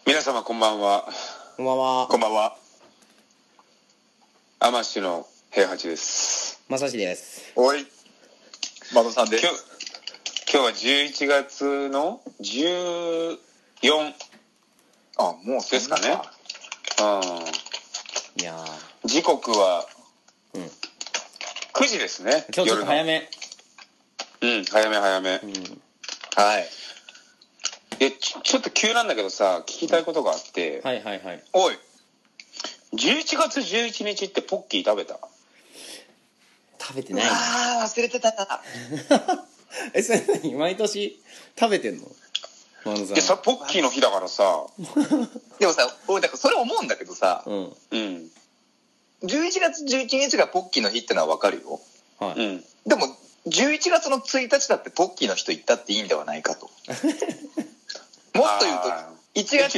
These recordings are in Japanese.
皆様こんばんは。 こんばんは。 こんばんは。 天橋の平八です。 まさしです。 おい、まどさんです。 今日は11月の14 あ、もうそですかね。 いや時刻は9時ですね。 今日ちょっと早め。 早め早め。 はい。 ちょっと急なんだけどさ、聞きたいことがあって。 はいはいはい。 おい。 11月11日ってポッキー食べた？ 食べてない。 ああ、忘れてた。 それ何？毎年食べてんの？マノさん。 さ、ポッキーの日だからさ。 でもさ、俺だからそれ思うんだけどさ、 11 月11日がポッキーの日ってのはわかるよ。 はい。 でも11月の1日だってポッキーの日と言ったっていいんではないかと。もっと言うと1月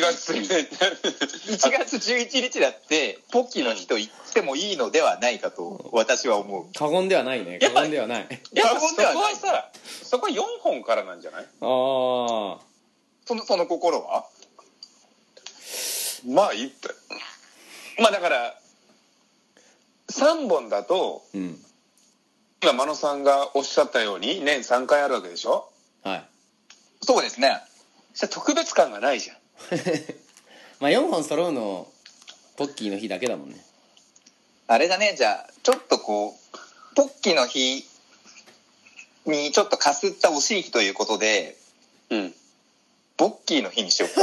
11日だってポッキーの日と言ってもいいのではないかと私は思う。 過言ではないね。過言ではない。 やっぱそこはさ、そこは4本からなんじゃない？ ああ。 その心は？ まあいっぱい。まあだから3本だと、今真野さんがおっしゃったように年3回あるわけでしょ？ はい。 そうですね。 それ特別感がないじゃん。 まあ4本揃うのポッキーの日だけだもんね。 あれだね、じゃあちょっとこうポッキーの日にちょっとかすった惜しい日ということで、ボッキーの日にしようか。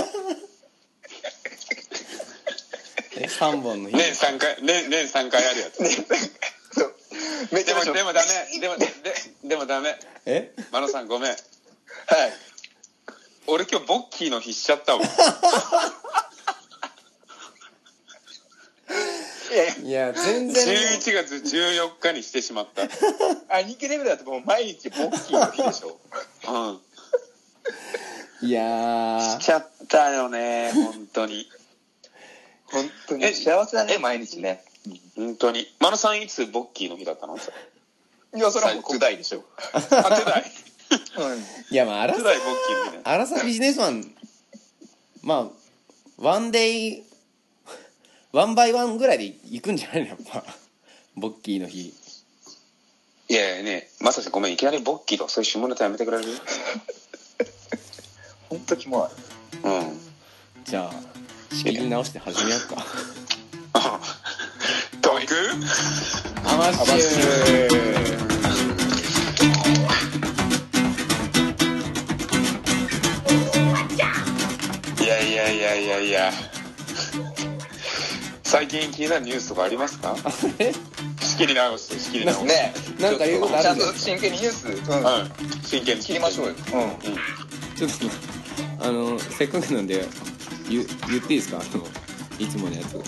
3本の日。 年3回あるやつ。 そう。 でもダメ。でもダメ。真野さんごめん。はい。俺今日ボッキーの日しちゃったわ。 いや全然。 11月14日にしてしまった。 兄貴レベルだともう毎日ボッキーの日でしょ。 いやしちゃったよね、本当に。 本当に幸せだね、毎日ね。 本当に。真野さんいつボッキーの日だったの？ いや、それはもうトゥダイでしょ。 トゥダイ。 いや、まあ、 トゥダイボッキーの日ね。 アラサビジネスマン、まあ、ワンバイワンぐらいで行くんじゃないの、やっぱ。ボッキーの日。 いやいやね、まさしごめん、いきなりボッキーとかそういう下ネタやめてくれる？ 本当キモい。 じゃあ、仕切り直して始めようか。 どういく？ アマッシュいや最近気になるニュースとかありますか？仕切り直すね。 なんか言うことあるんでちゃんと真剣にニュース真剣に切りましょうよ。 ちょっとせっかくなんで言っていいですか？いつものやつ。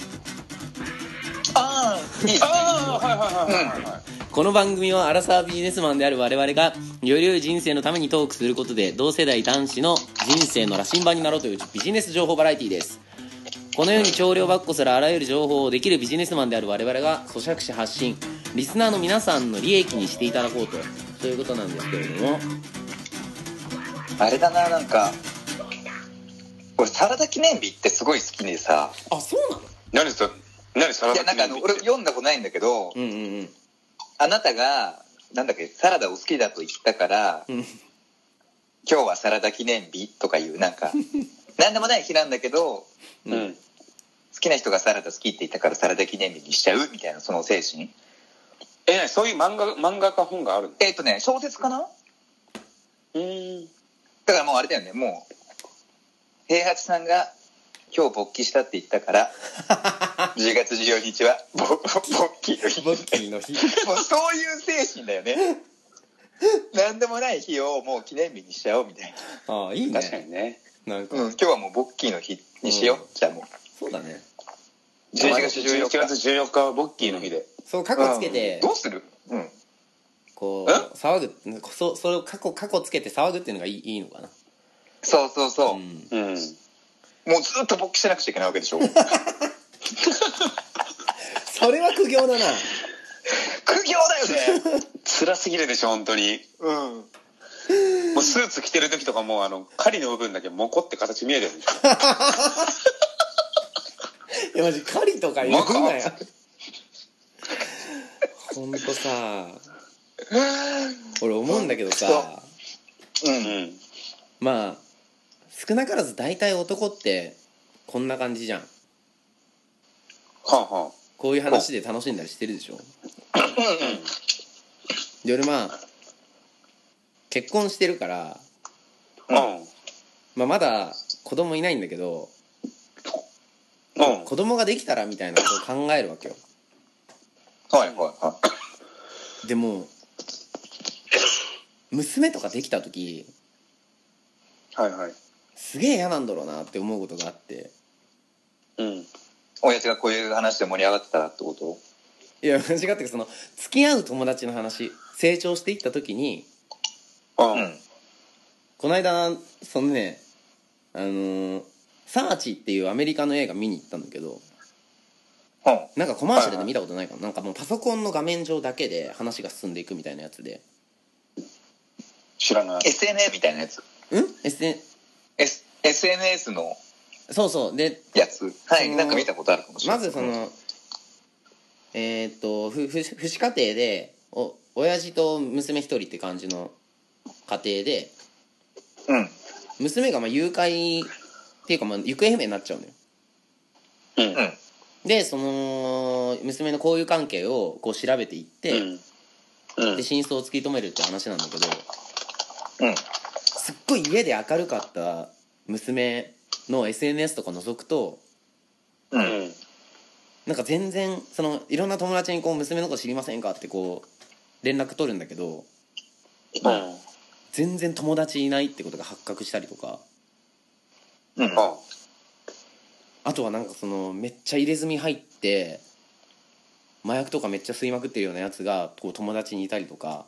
この番組はアラサービジネスマンである我々がより良い人生のためにトークすることで同世代男子の人生の羅針盤になろうというビジネス情報バラエティです。このように調量ばっこするあらゆる情報をできるビジネスマンである我々が咀嚼し発信、リスナーの皆さんの利益にしていただこうと、そういうことなんですけれども、 あれだな、なんか俺サラダ記念日ってすごい好きでさ。 あ、そうなの？ 何サラダ記念日って？いや、 なんか俺読んだことないんだけど、あなたがなんだっけ、サラダを好きだと言ったから、今日はサラダ記念日とかいう、なんかなんでもない日なんだけど、好きな人がサラダ好きって言ったからサラダ記念日にしちゃうみたいな、その精神。 そういう漫画か本があるの？ 小説かな。だからもうあれだよね、もう平八さんが今日勃起したって言ったから10月14日は勃起の日。 勃起の日。 もうそういう精神だよね。なんでもない日をもう記念日にしちゃおうみたいな。ああ、いいね。 確かにね。 なんか、今日はもう勃起の日にしよう。じゃあもう。 そうだね。 11月14日はボッキーの日で。 そう、カッコつけて。 どうする？ こう騒ぐ、それをカッコつけて騒ぐっていうのがいいのかな。 そう。もうずっと勃起しなくちゃいけないわけでしょ。 それは苦行だな。 苦行だよね。 辛すぎるでしょ本当に。 もうもうスーツ着てる時とかも狩りの部分だけモコって形見えてるんですよ。 いやマジ狩りとか言うなよ。ほんとさ、俺思うんだけどさ、まあ少なからず大体男ってこんな感じじゃん。こういう話で楽しんだりしてるでしょ。で俺結婚してるから、まだ子供いないんだけど、子供ができたらみたいなことを考えるわけよ。でも娘とかできた時、すげえ嫌なんだろうなって思うことがあって。 親父がこういう話で盛り上がってたらってこと？ いや間違って付き合う友達の話、成長していった時に、この間そのねサーチっていうアメリカの映画見に行ったんだけど、なんかコマーシャルで見たことないかな、なんかもうパソコンの画面上だけで話が進んでいくみたいなやつで。 知らない。 SNA みたいなやつ。SNS のそうでやつ、なんか見たことあるかもしれない。 まずその父子家庭で親父と娘一人って感じの家庭で、娘が誘拐っていうか行方不明になっちゃうのよ。でその娘の交友関係をこう調べていって、で真相を突き止めるって話なんだけど、すっごい家で明るかった娘の SNS とか覗くと、なんか全然いろんな友達にこう娘のこと知りませんかってこう連絡取るんだけど、全然友達いないってことが発覚したりとか、あとはなんかめっちゃ入れ墨入って麻薬とかめっちゃ吸いまくってるようなやつがこう友達にいたりとか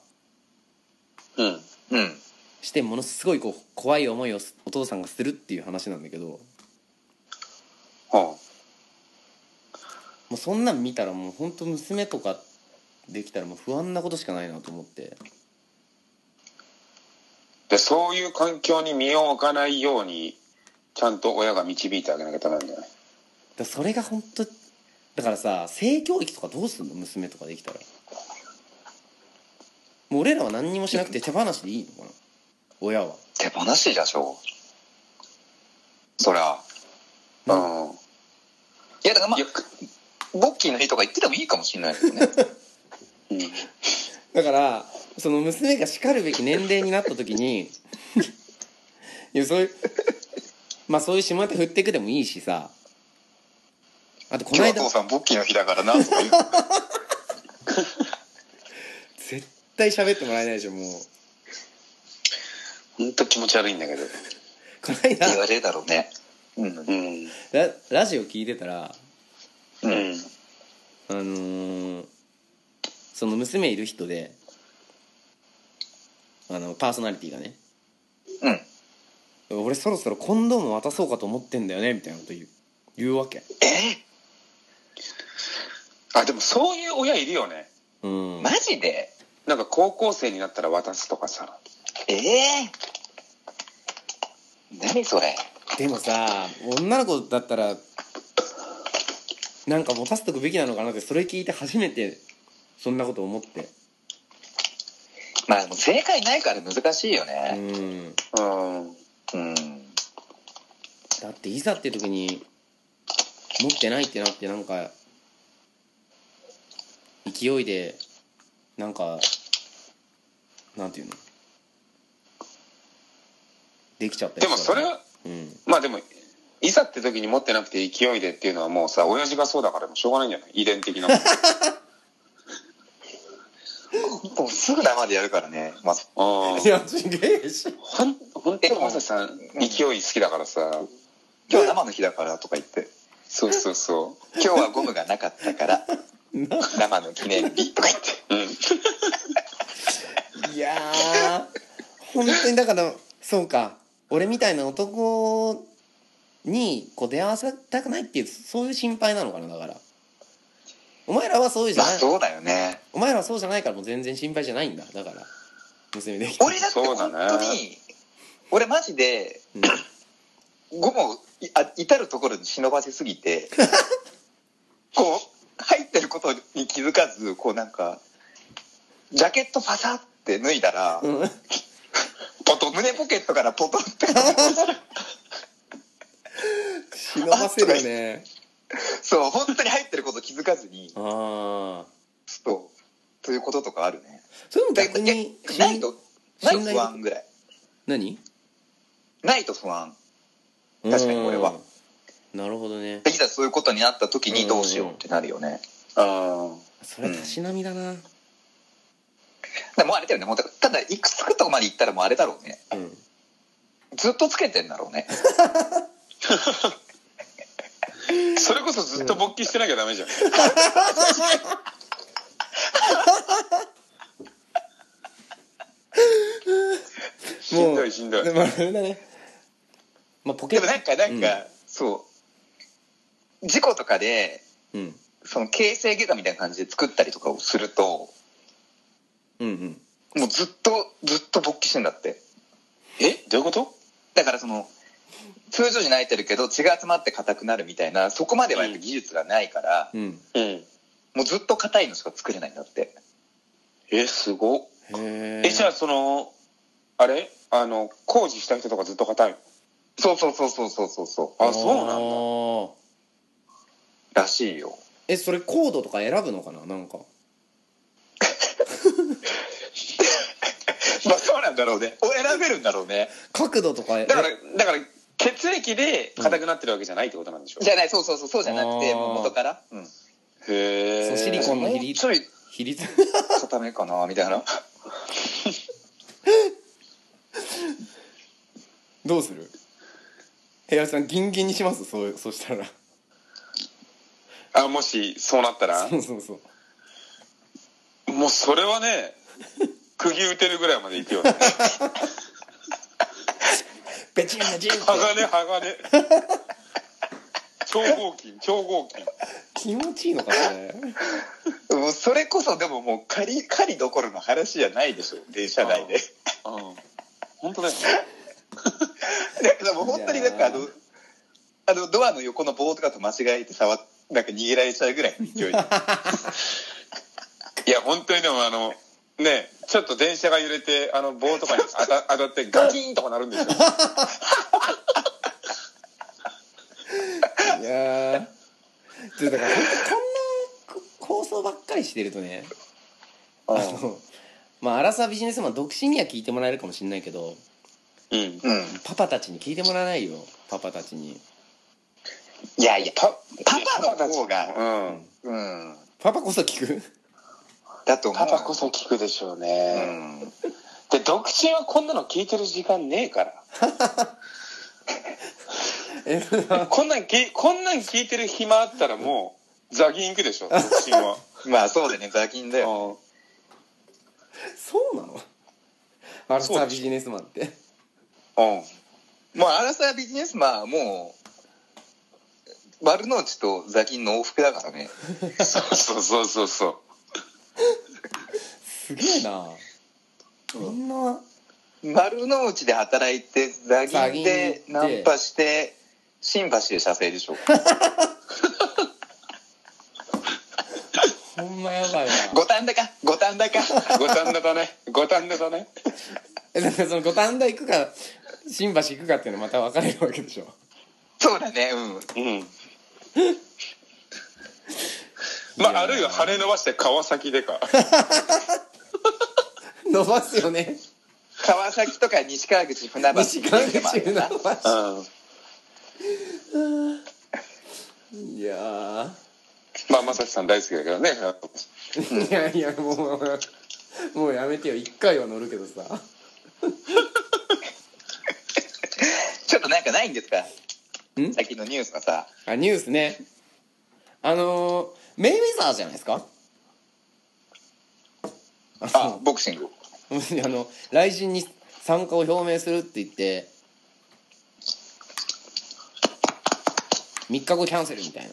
して、ものすごいこう怖い思いをお父さんがするっていう話なんだけど、もうそんなん見たらもう本当娘とかできたらもう不安なことしかないなと思って。 でそういう環境に身を置かないようにちゃんと親が導いてあげなきゃダメなんじゃない？ それが本当だからさ、性教育とかどうすんの？娘とかできたらもう俺らは何にもしなくて手放しでいいのかな？親は手放しじゃしょそりゃ。いやだからボッキーの日とか言っててもいいかもしれないけどね。 だからその娘が叱るべき年齢になった時にいやそういうそういう下手振っていくでもいいしさ。あとこの間今日お父さんボッキーの日だからなとか言う。 絶対喋ってもらえないでしょもう。 ほんと気持ち悪いんだけど。 この間言われるだろうね。 ラジオ聞いてたら、その娘いる人でパーソナリティがね、俺そろそろコンドーム渡そうかと思ってんだよねみたいなこと言うわけ。 でもそういう親いるよね。 マジで？ なんか高校生になったら渡すとかさ。 何それ。 でもさ、女の子だったらなんか持たせとくべきなのかなって、それ聞いて初めてそんなこと思って。 もう正解ないから難しいよね。 だっていざって時に持ってないってなって、なんか勢いでなんかなんていうのできちゃったり。 でもそれは、でもいざって時に持ってなくて勢いでっていうのはもうさ、親父がそうだからもうしょうがないんじゃない？遺伝的なもん。 もうすぐ生でやるからね、まず。 いやすげえし。 本当にマサさん勢い好きだからさ、 今日生の日だからとか言って。 そう。 今日はゴムがなかったから生の記念日とか言って。 いや本当にだからそうか、俺みたいな男にこう出会わせたくないっていう、そういう心配なのかな。だからお前らはそうじゃない。 そうだよね。 お前らはそうじゃないからもう全然心配じゃないんだ。だから娘できた。 俺だって本当に俺マジで、ゴムを至るところに忍ばせすぎてこう入ってることに気づかず、こうなんかジャケットパサって脱いだら、ポト胸ポケットからポトって忍ばせるね。 そう、本当に入ってること気づかずに、 ああ、 そうということとかあるね。 それも逆にないと不安ぐらい。 何？ ないと不安。確かに俺は。 なるほどね。 いざそういうことになった時にどうしようってなるよね。 ああ、それたしなみだな。 でもうあれだよね。もうただいくつくとこまで行ったらもうあれだろうね。ずっとつけてんだろうね。 それこそずっと勃起してなきゃダメじゃん。しんどいしんどい。 でもあれだね。まあポケでもなんか、そう事故とかで、その形成外科みたいな感じで作ったりとかをすると、もうずっと勃起してんだって。 どういうこと？ だからその通常時泣いてるけど血が集まって硬くなるみたいな、そこまではやっぱ技術がないから、もうずっと硬いのしか作れないんだって。 すごっ。じゃあそのあれ工事した人とかずっと硬いの？ そう。 あ、そうなんだらしいよ。 それコードとか選ぶのかな、なんか。 まあそうなんだろうね。選べるんだろうね。 角度とかだから血液で硬くなってるわけじゃないってことなんでしょ？ じゃない、そうじゃなくて、もう元から。 へえ。そう、シリコンの比率固めかなみたいな。 どうする？部屋さんギンギンにします？そうしたら。 もしそうなったら？ そう。 もうそれはね、釘打てるぐらいまでいくよね。 ペチンペチンって鋼超合金気持ちいいのかそれ。 もうそれこそでももう狩りどころの話じゃないでしょ、電車内で。 本当だよね。 だからもう本当になんかドアの横の棒とかと間違えてなんか逃げられちゃうぐらいの勢い。 いや本当にでもね、ちょっと電車が揺れて棒とかに当たってガキーンとかなるんですよ。 いやだからこんな構想ばっかりしてるとね、まあアラサービジネスマン独身には聞いてもらえるかもしれないけど、パパたちに聞いてもらわないよ、パパたちに。 いやパパの方がパパこそ聞くだと思う。 パパこそ聞くでしょうね。で独身はこんなの聞いてる時間ねえから。こんなん聞いてる暇あったらもうザギン行くでしょ、独身は。 まあそうだね、ザギンだよ。 そうなの？アラサービジネスマンって。 もうアラサービジネスマンはもう丸の内とザギンの往復だからね。 そう。 すげえな。みんな丸の内で働いてザギンでナンパして新橋で射精でしょ。 ほんまやばいわ。 五反田だね。 なんかその五反田行くか新橋行くかっていうのはまた分かれるわけでしょ。 そうだね。 まああるいは羽伸ばして川崎でか。 伸ばすよね。 川崎とか西川口船橋いやまあ正樹さん大好きだけどね。 いやもうやめてよ、1回は乗るけどさ。 ちょっとなんかないんですか？最近のニュースがさ。 ニュースね。メイウェザーじゃないですか。 ボクシング。 来神に参加を表明するって言って3日後キャンセルみたいな。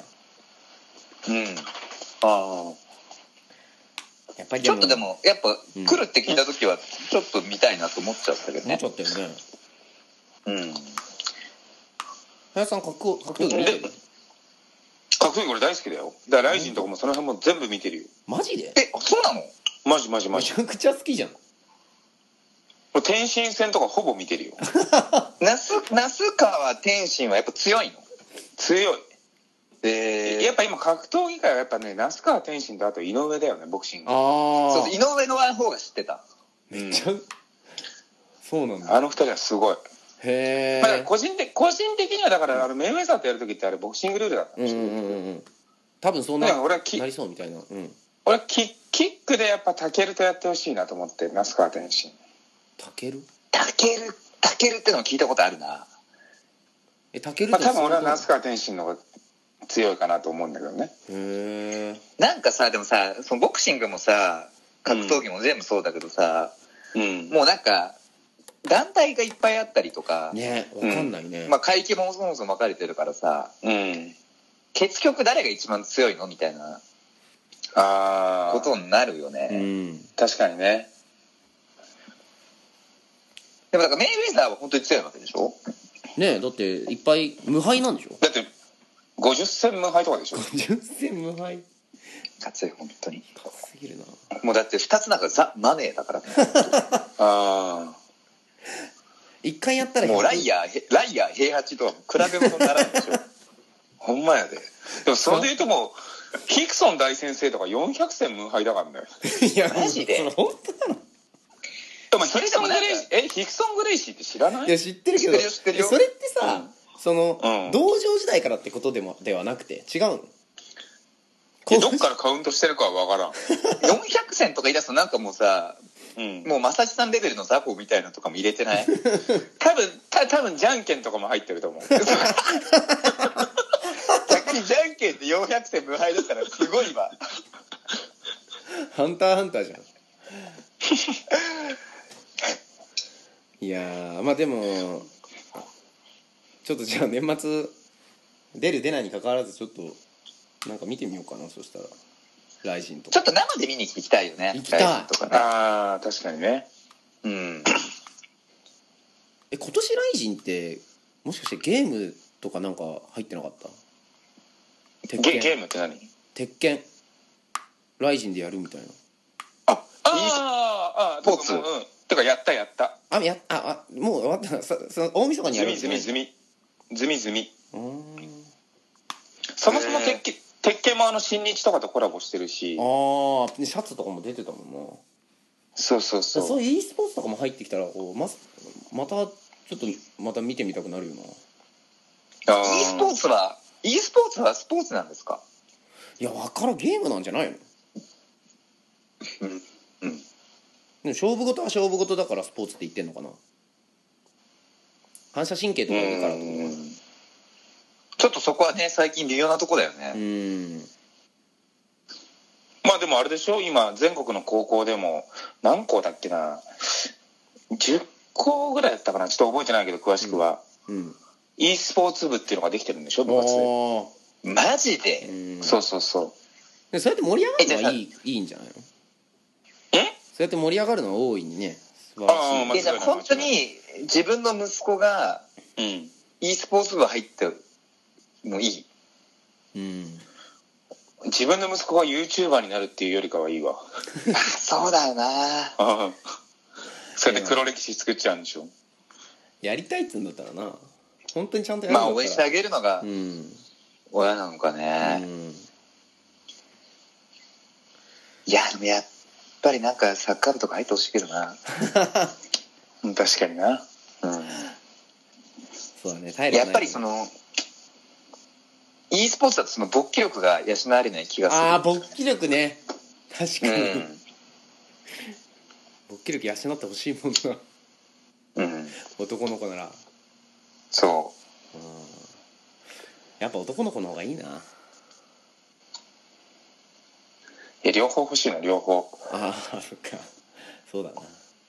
やっぱりちょっとでもやっぱ来るって聞いた時はちょっと見たいなと思っちゃったけどね。 思っちゃったよね。 林さん格闘技見てる？ 格闘技俺大好きだよ。だからライジンとかもその辺も全部見てるよ。 マジで？ そうなの？ マジマジマジ。 めちゃくちゃ好きじゃん。 俺天心戦とかほぼ見てるよ。 那須川天心はやっぱ強いの？ 強い。やっぱ今今格闘技界はやっぱね、那須川天心とあと井上だよね、ボクシング。 そう井上の方が知ってた。 めっちゃ、そうなんだ。 あの二人はすごい。 へえ。 まあ、個人的にはだからメイウェザーとやる時ってあれボクシングルールだったんですよ。 多分そんな俺はなりそうみたいな。 俺はキックでやっぱタケルとやってほしいなと思って、那須川天心。 タケルってのを聞いたことあるな。 タケルって多分俺は那須川天心の方が強いかなと思うんだけどね。 へえ。 なんかさ、でもさ、そのボクシングもさ、格闘技も全部そうだけどさ、もうなんか団体がいっぱいあったりとかね、わかんないね。 まあ階級もそもそも分かれてるからさ、結局誰が一番強いのみたいなことになるよね。 確かにね。 でもだからメイウェザーは本当に強いわけでしょ？ ねえ、だっていっぱい無敗なんでしょ？ だって50戦無敗とかでしょ ？50戦無敗。 勝い本当に。 勝すぎるな。 もうだって2つなんかザ・マネーだからね。 一回やったらもうライアー平八とは比べ物にならないでしょ。 ほんまやで。でもそれで言うともうヒクソン大先生とか400戦無敗だからね。 いやマジで？それ本当なの？ でもヒクソングレイシーヒクソングレイシーって知らない？ いや知ってるけど、 知ってるよ。 それってさ、その道場時代からってことではなくて違うの？ どっからカウントしてるかは分からん。 400戦とか言い出すとなんかもうさ、もう正木さんレベルの雑魚みたいなとかも入れてない？ 多分じゃんけんとかも入ってると思う。 逆にじゃんけんで400戦無敗だったらすごいわ。 ハンターハンターじゃん。いやー、まあでもちょっとじゃあ年末出る出ないに関わらずちょっとなんか見てみようかな。そしたらライジンとかちょっと生で見に行きたいよね。 行きたい。 ライジンとかね。 確かにね。 今年ライジンってもしかしてゲームとかなんか入ってなかった？ ゲームって何？ 鉄拳ライジンでやるみたいな。 スポーツ。 てかやった。 もう終わったな。その大晦日にやる。 ズミ。そもそも鉄拳も新日とかとコラボしてるし。 シャツとかも出てたもんな。 そうそういう e スポーツとかも入ってきたらまたちょっとまた見てみたくなるよな。 e スポーツはスポーツなんですか？ いや分からん。ゲームなんじゃないの？でも勝負事は勝負事だからスポーツって言ってんのかな。反射神経とかいるからとか。 ちょっとそこはね最近微妙なとこだよね。 まあでもあれでしょ、今全国の高校でも何校だっけな、10校ぐらいだったかな、ちょっと覚えてないけど詳しくは、e スポーツ部っていうのができてるんでしょ、部活で。 マジで？ そうでそうやって盛り上がるのはいいんじゃないの？そうやって盛り上がるのは大いにね素晴らしい。 じゃあ本当に自分の息子が e スポーツ部入ってもいい？ 自分の息子が YouTuber になるっていうよりかはいいわ。 そうだよな。 それで黒歴史作っちゃうんでしょ。 やりたいっつうんだったらな、本当にちゃんとやるんだったら応援してあげるのが親なのかね。いやでもやっぱりなんかサッカー部とか入ってほしいけどな。 確かにな。 そうだね。 やっぱりそのe スポーツだとその勃起力が養われない気がする。 勃起力ね。確かに、勃起力養ってほしいもんな。男の子なら。 そう。 やっぱ男の子の方がいいな。 両方欲しいな、両方。 そっか。そうだな。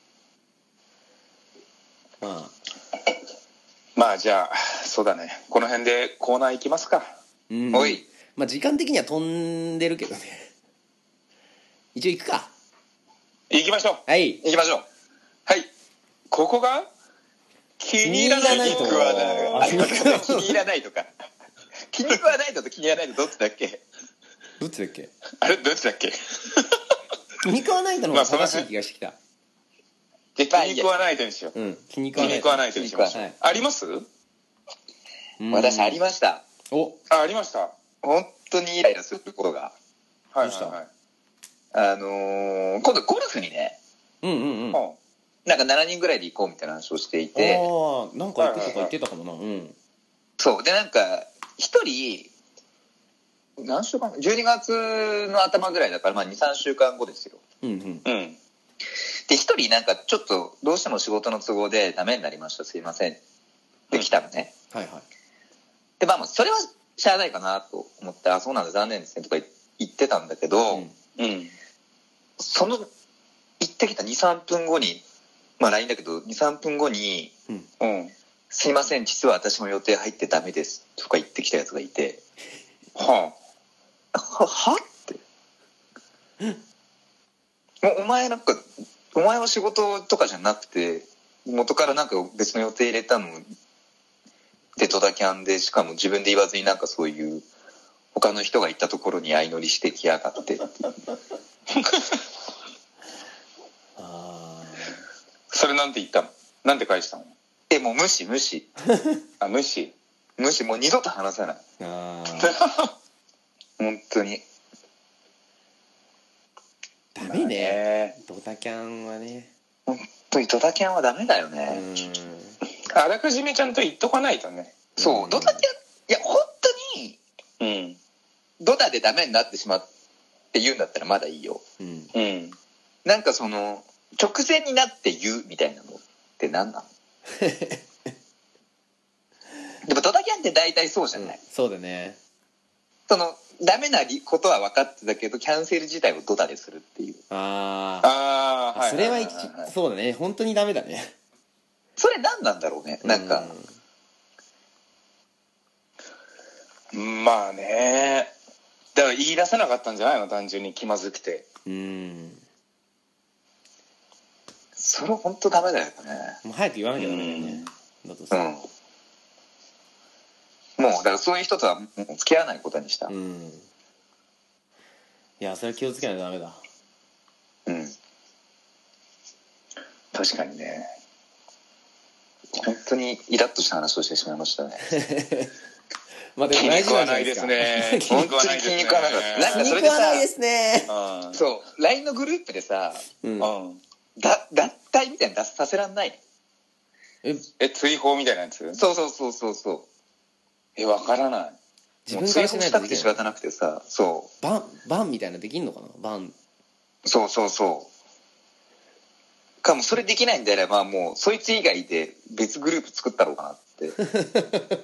まあじゃあそうだね、この辺でコーナー行きますか。 おい。 まあ時間的には飛んでるけどね。一応行くか。 行きましょう。 はい。 行きましょう。 はい。ここが気に入らないと気に食わない気に入らないとか気に食わないと気に入らないとどっちだっけ？ どっちだっけ？ あれどっちだっけ？ 気に食わないとの方が正しい気がしてきた。 気に食わないとにしよう。 気に食わないとにしましょう。あります？ 私ありました。 ありました。 本当にイライラすることが。 はいはいはい。 今度ゴルフにね、なんか7人ぐらいで行こうみたいな話をしていて、 なんか行くとか言ってたかもな。 そうで、なんか一人何週間、12月の頭ぐらいだから、まあ 2,3 週間後ですよ。で一人なんかちょっとどうしても仕事の都合でダメになりました、すいませんって来たのね。でまあそれはしゃあないかなと思って、あそうなんだ残念ですねとか言ってたんだけど、その行ってきた 2,3 分後に、まあ LINE だけど 2,3 分後に、すいません実は私も予定入ってダメですとか言ってきたやつがいて、はってもうお前は仕事とかじゃなくて元からなんか別の予定入れたのでドタキャンで、しかも自分で言わずになんかそういう他の人が行ったところに相乗りしてきやがってそれなんて言ったの？なんて返したの？ もう無視無視もう二度と話さない本当にダメね、ドタキャンはね。 本当にドタキャンはダメだよね。 あらかじめちゃんと言っとかないとね。 そうドタキャン、いや本当にドタでダメになってしまって言うんだったらまだいいよ。なんかその直前になって言うみたいなのって何なの？でもドタキャンって大体そうじゃない？ そうだね。 そのダメなことは分かってたけどキャンセル自体をドタでするっていう。 それはそうだね、本当にダメだね。 それ何なんだろうね。なんかまあね、だから言い出せなかったんじゃないの？単純に気まずくて。 それ本当ダメだよね。 もう早く言わなきゃダメだよね。 もうだからそういう人とはもう付き合わないことにした。いやそれ気をつけないとダメだ。 確かにね。 本当にイラッとした話をしてしまいましたね。 まあでも大事なんじゃないですか。 本当に気に食わなかった。なんかそれでさ、そう LINE のグループでさ、脱退みたいなのさせらんないの？ 追放みたいなやつ？ そうわからない。 自分からしないとできない。 追放したくて仕方なくてさ、そうバンみたいなできんのかな？バン。 そうかも。それできないんであればもうそいつ以外で別グループ作ったろうかなって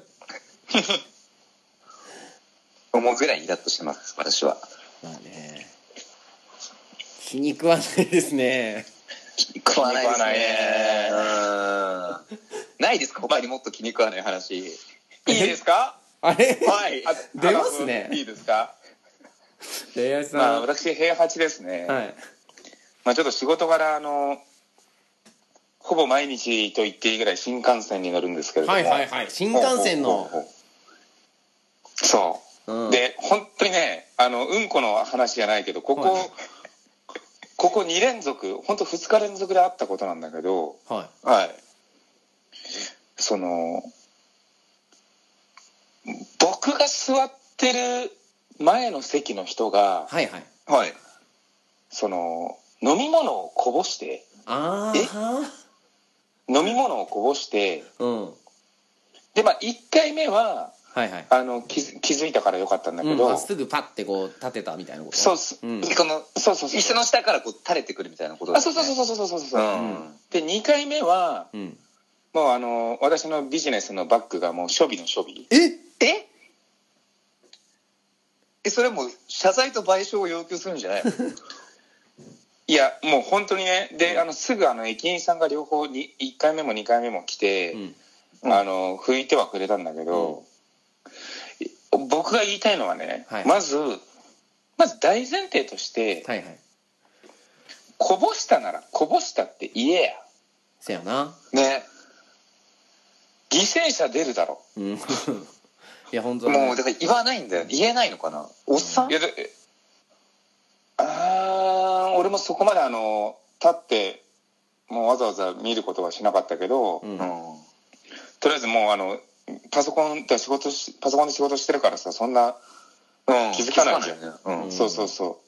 思うぐらいイラッとしてます私は。 まあね、気に食わないですね。 食わないですね。ないですか他にもっと気に食わない話？いいですか？ あれはい出ますね。 いいですか？ 平八さん。 まあ私平八ですね。まあちょっと仕事柄ほぼ毎日と言っていいぐらい新幹線に乗るんですけれども。 新幹線の。 そう。で本当にねうんこの話じゃないけどここ2連続本当2日連続であったことなんだけど、その僕が座ってる前の席の人がその飲み物をこぼしてでまあ1回目は気づいたからよかったんだけど、 すぐパッてこう立てたみたいなこと。 そう椅子の下からこう垂れてくるみたいなことですね。 そうで2回目はもう私のビジネスのバッグがもう処備の処備。 それも謝罪と賠償を要求するんじゃないの？ いやもう本当にね。ですぐ駅員さんが両方に1回目も2回目も来て、拭いてはくれたんだけど、僕が言いたいのはね、まず大前提として、こぼしたならこぼしたって言えや。 せやな。 ね。 犠牲者出るだろ。 うんいや本当もうだから言わないんだよ。言えないのかな、おっさん。 いや俺もそこまで立ってもうわざわざ見ることはしなかったけど、 うんとりあえずもうパソコンで仕事してるからさ、そんな気づかないじゃん。そうそうそう。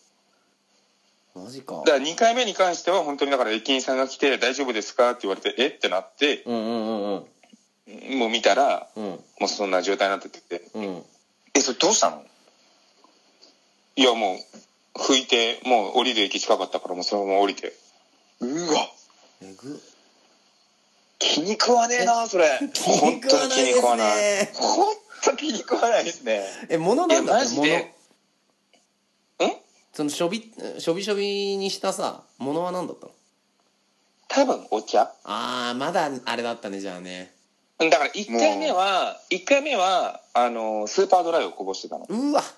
マジか。 だから2回目に関しては本当にだから駅員さんが来て大丈夫ですかって言われてってなって、もう見たら、もうそんな状態になってて、 それどうしたの？ いやもう拭いて、もう降りる駅近かったからもうそのまま降りて。 うわ、 えぐ。 気に食わねえなそれ。 本当に気に食わない。 本当気に食わないですね。 物なんだって物。そのしょびしょびにしたさ、物は何だったの？ 多分お茶。 ああ、まだあれだったね、じゃあね。 だから1回目はスーパードライをこぼしてたの。 うわ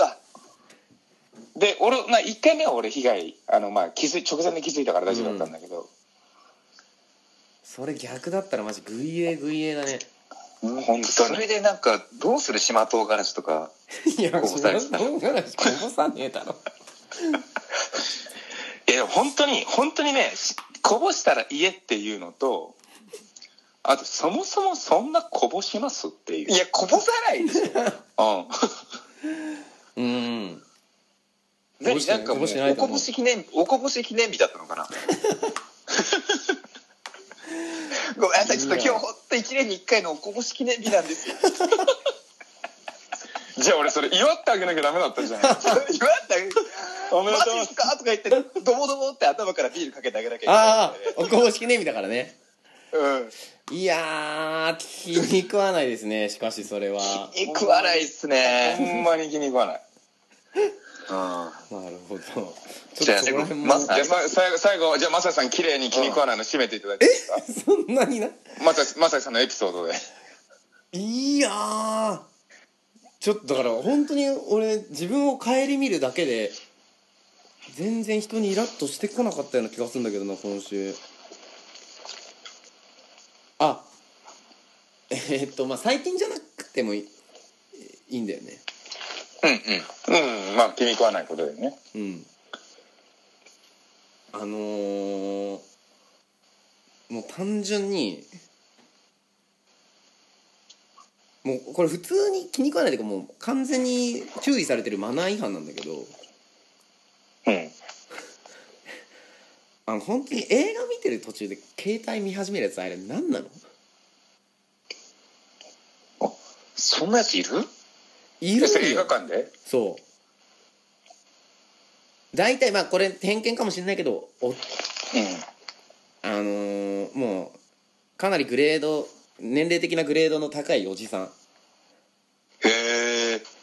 で1回目は俺被害直前で気づいたから大丈夫だったんだけど、 それ逆だったらマジグイエだね。 本当に。 それでなんかどうする、島唐辛子とかいやこぼされてたら島唐辛子こぼさねえだろ。 いや本当にね、こぼしたら言えっていうのと、あとそもそもそんなこぼしますっていう。 いやこぼさないでしょ。でなんかもうおこぼし記念日だったのかな。ごめんなさい、ちょっと今日ほんと1年に1回のおこぼし記念日なんですよ。 じゃあ俺それ祝ってあげなきゃダメだったじゃん。 祝ってあげる。 おめでとうマジですかとか言ってドボドボって頭からビールかけてあげなきゃいけない。 ああ、おこぼし記念日だからね。いやー、気に食わないですね、しかしそれは。 気に食わないっすね。 ほんまに気に食わない。 なるほど。 じゃあ最後じゃあマサさん綺麗に気に食わないの締めていただけますか。 そんなにな。 マサさんのエピソードで。 いやー、ちょっとだから本当に俺自分を顧みるだけで全然人にイラッとしてこなかったような気がするんだけどな、今週。最近じゃなくてもいいんだよね。 まあ気に食わないことだよね。 もう単純にもうこれ普通に気に食わないというか、もう完全に注意されてるマナー違反なんだけど、本当に映画見てる途中で携帯見始めるやつ、あれ何なの？ そんなやついるいるよ。 映画館で？ そう大体、まあこれ偏見かもしれないけど、もうかなり年齢的なグレードの高いおじさん。 へえ。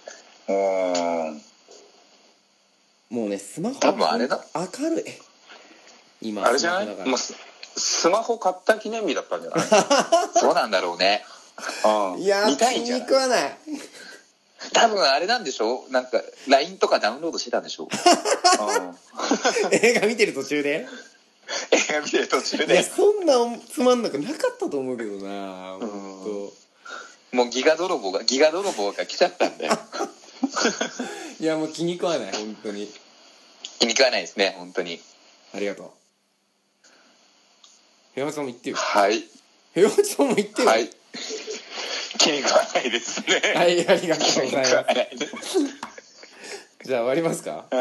もうね、スマホ多分あれだ、 明るい今あれじゃない？もうスマホ買った記念日だったんじゃない？ そうなんだろうね。 いやー、 見たいんじゃない？ 気に食わない。 多分あれなんでしょ、なんか LINE とかダウンロードしてたんでしょ。 映画見てる途中で。 映画見てる途中で。 いや、そんなつまんなくなかったと思うけどな。 もうギガ泥棒が来ちゃったんだよ。 いや、もう気に食わない、本当に。 気に食わないですね、本当に。 ありがとう。平松さんも言ってよ。 はい。 平松さんも言ってよ。 はい。気に食わないですね。 はい、ありがとうございます。 じゃあ終わりますか？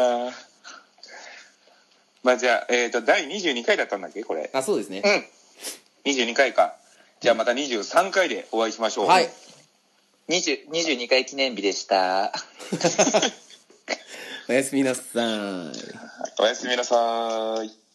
まあじゃあ、第22回だったんだっけこれ。 そうですね。 22回か。じゃあまた23回でお会いしましょう。 はい。 22回記念日でした。 おやすみなさい。 おやすみなさい。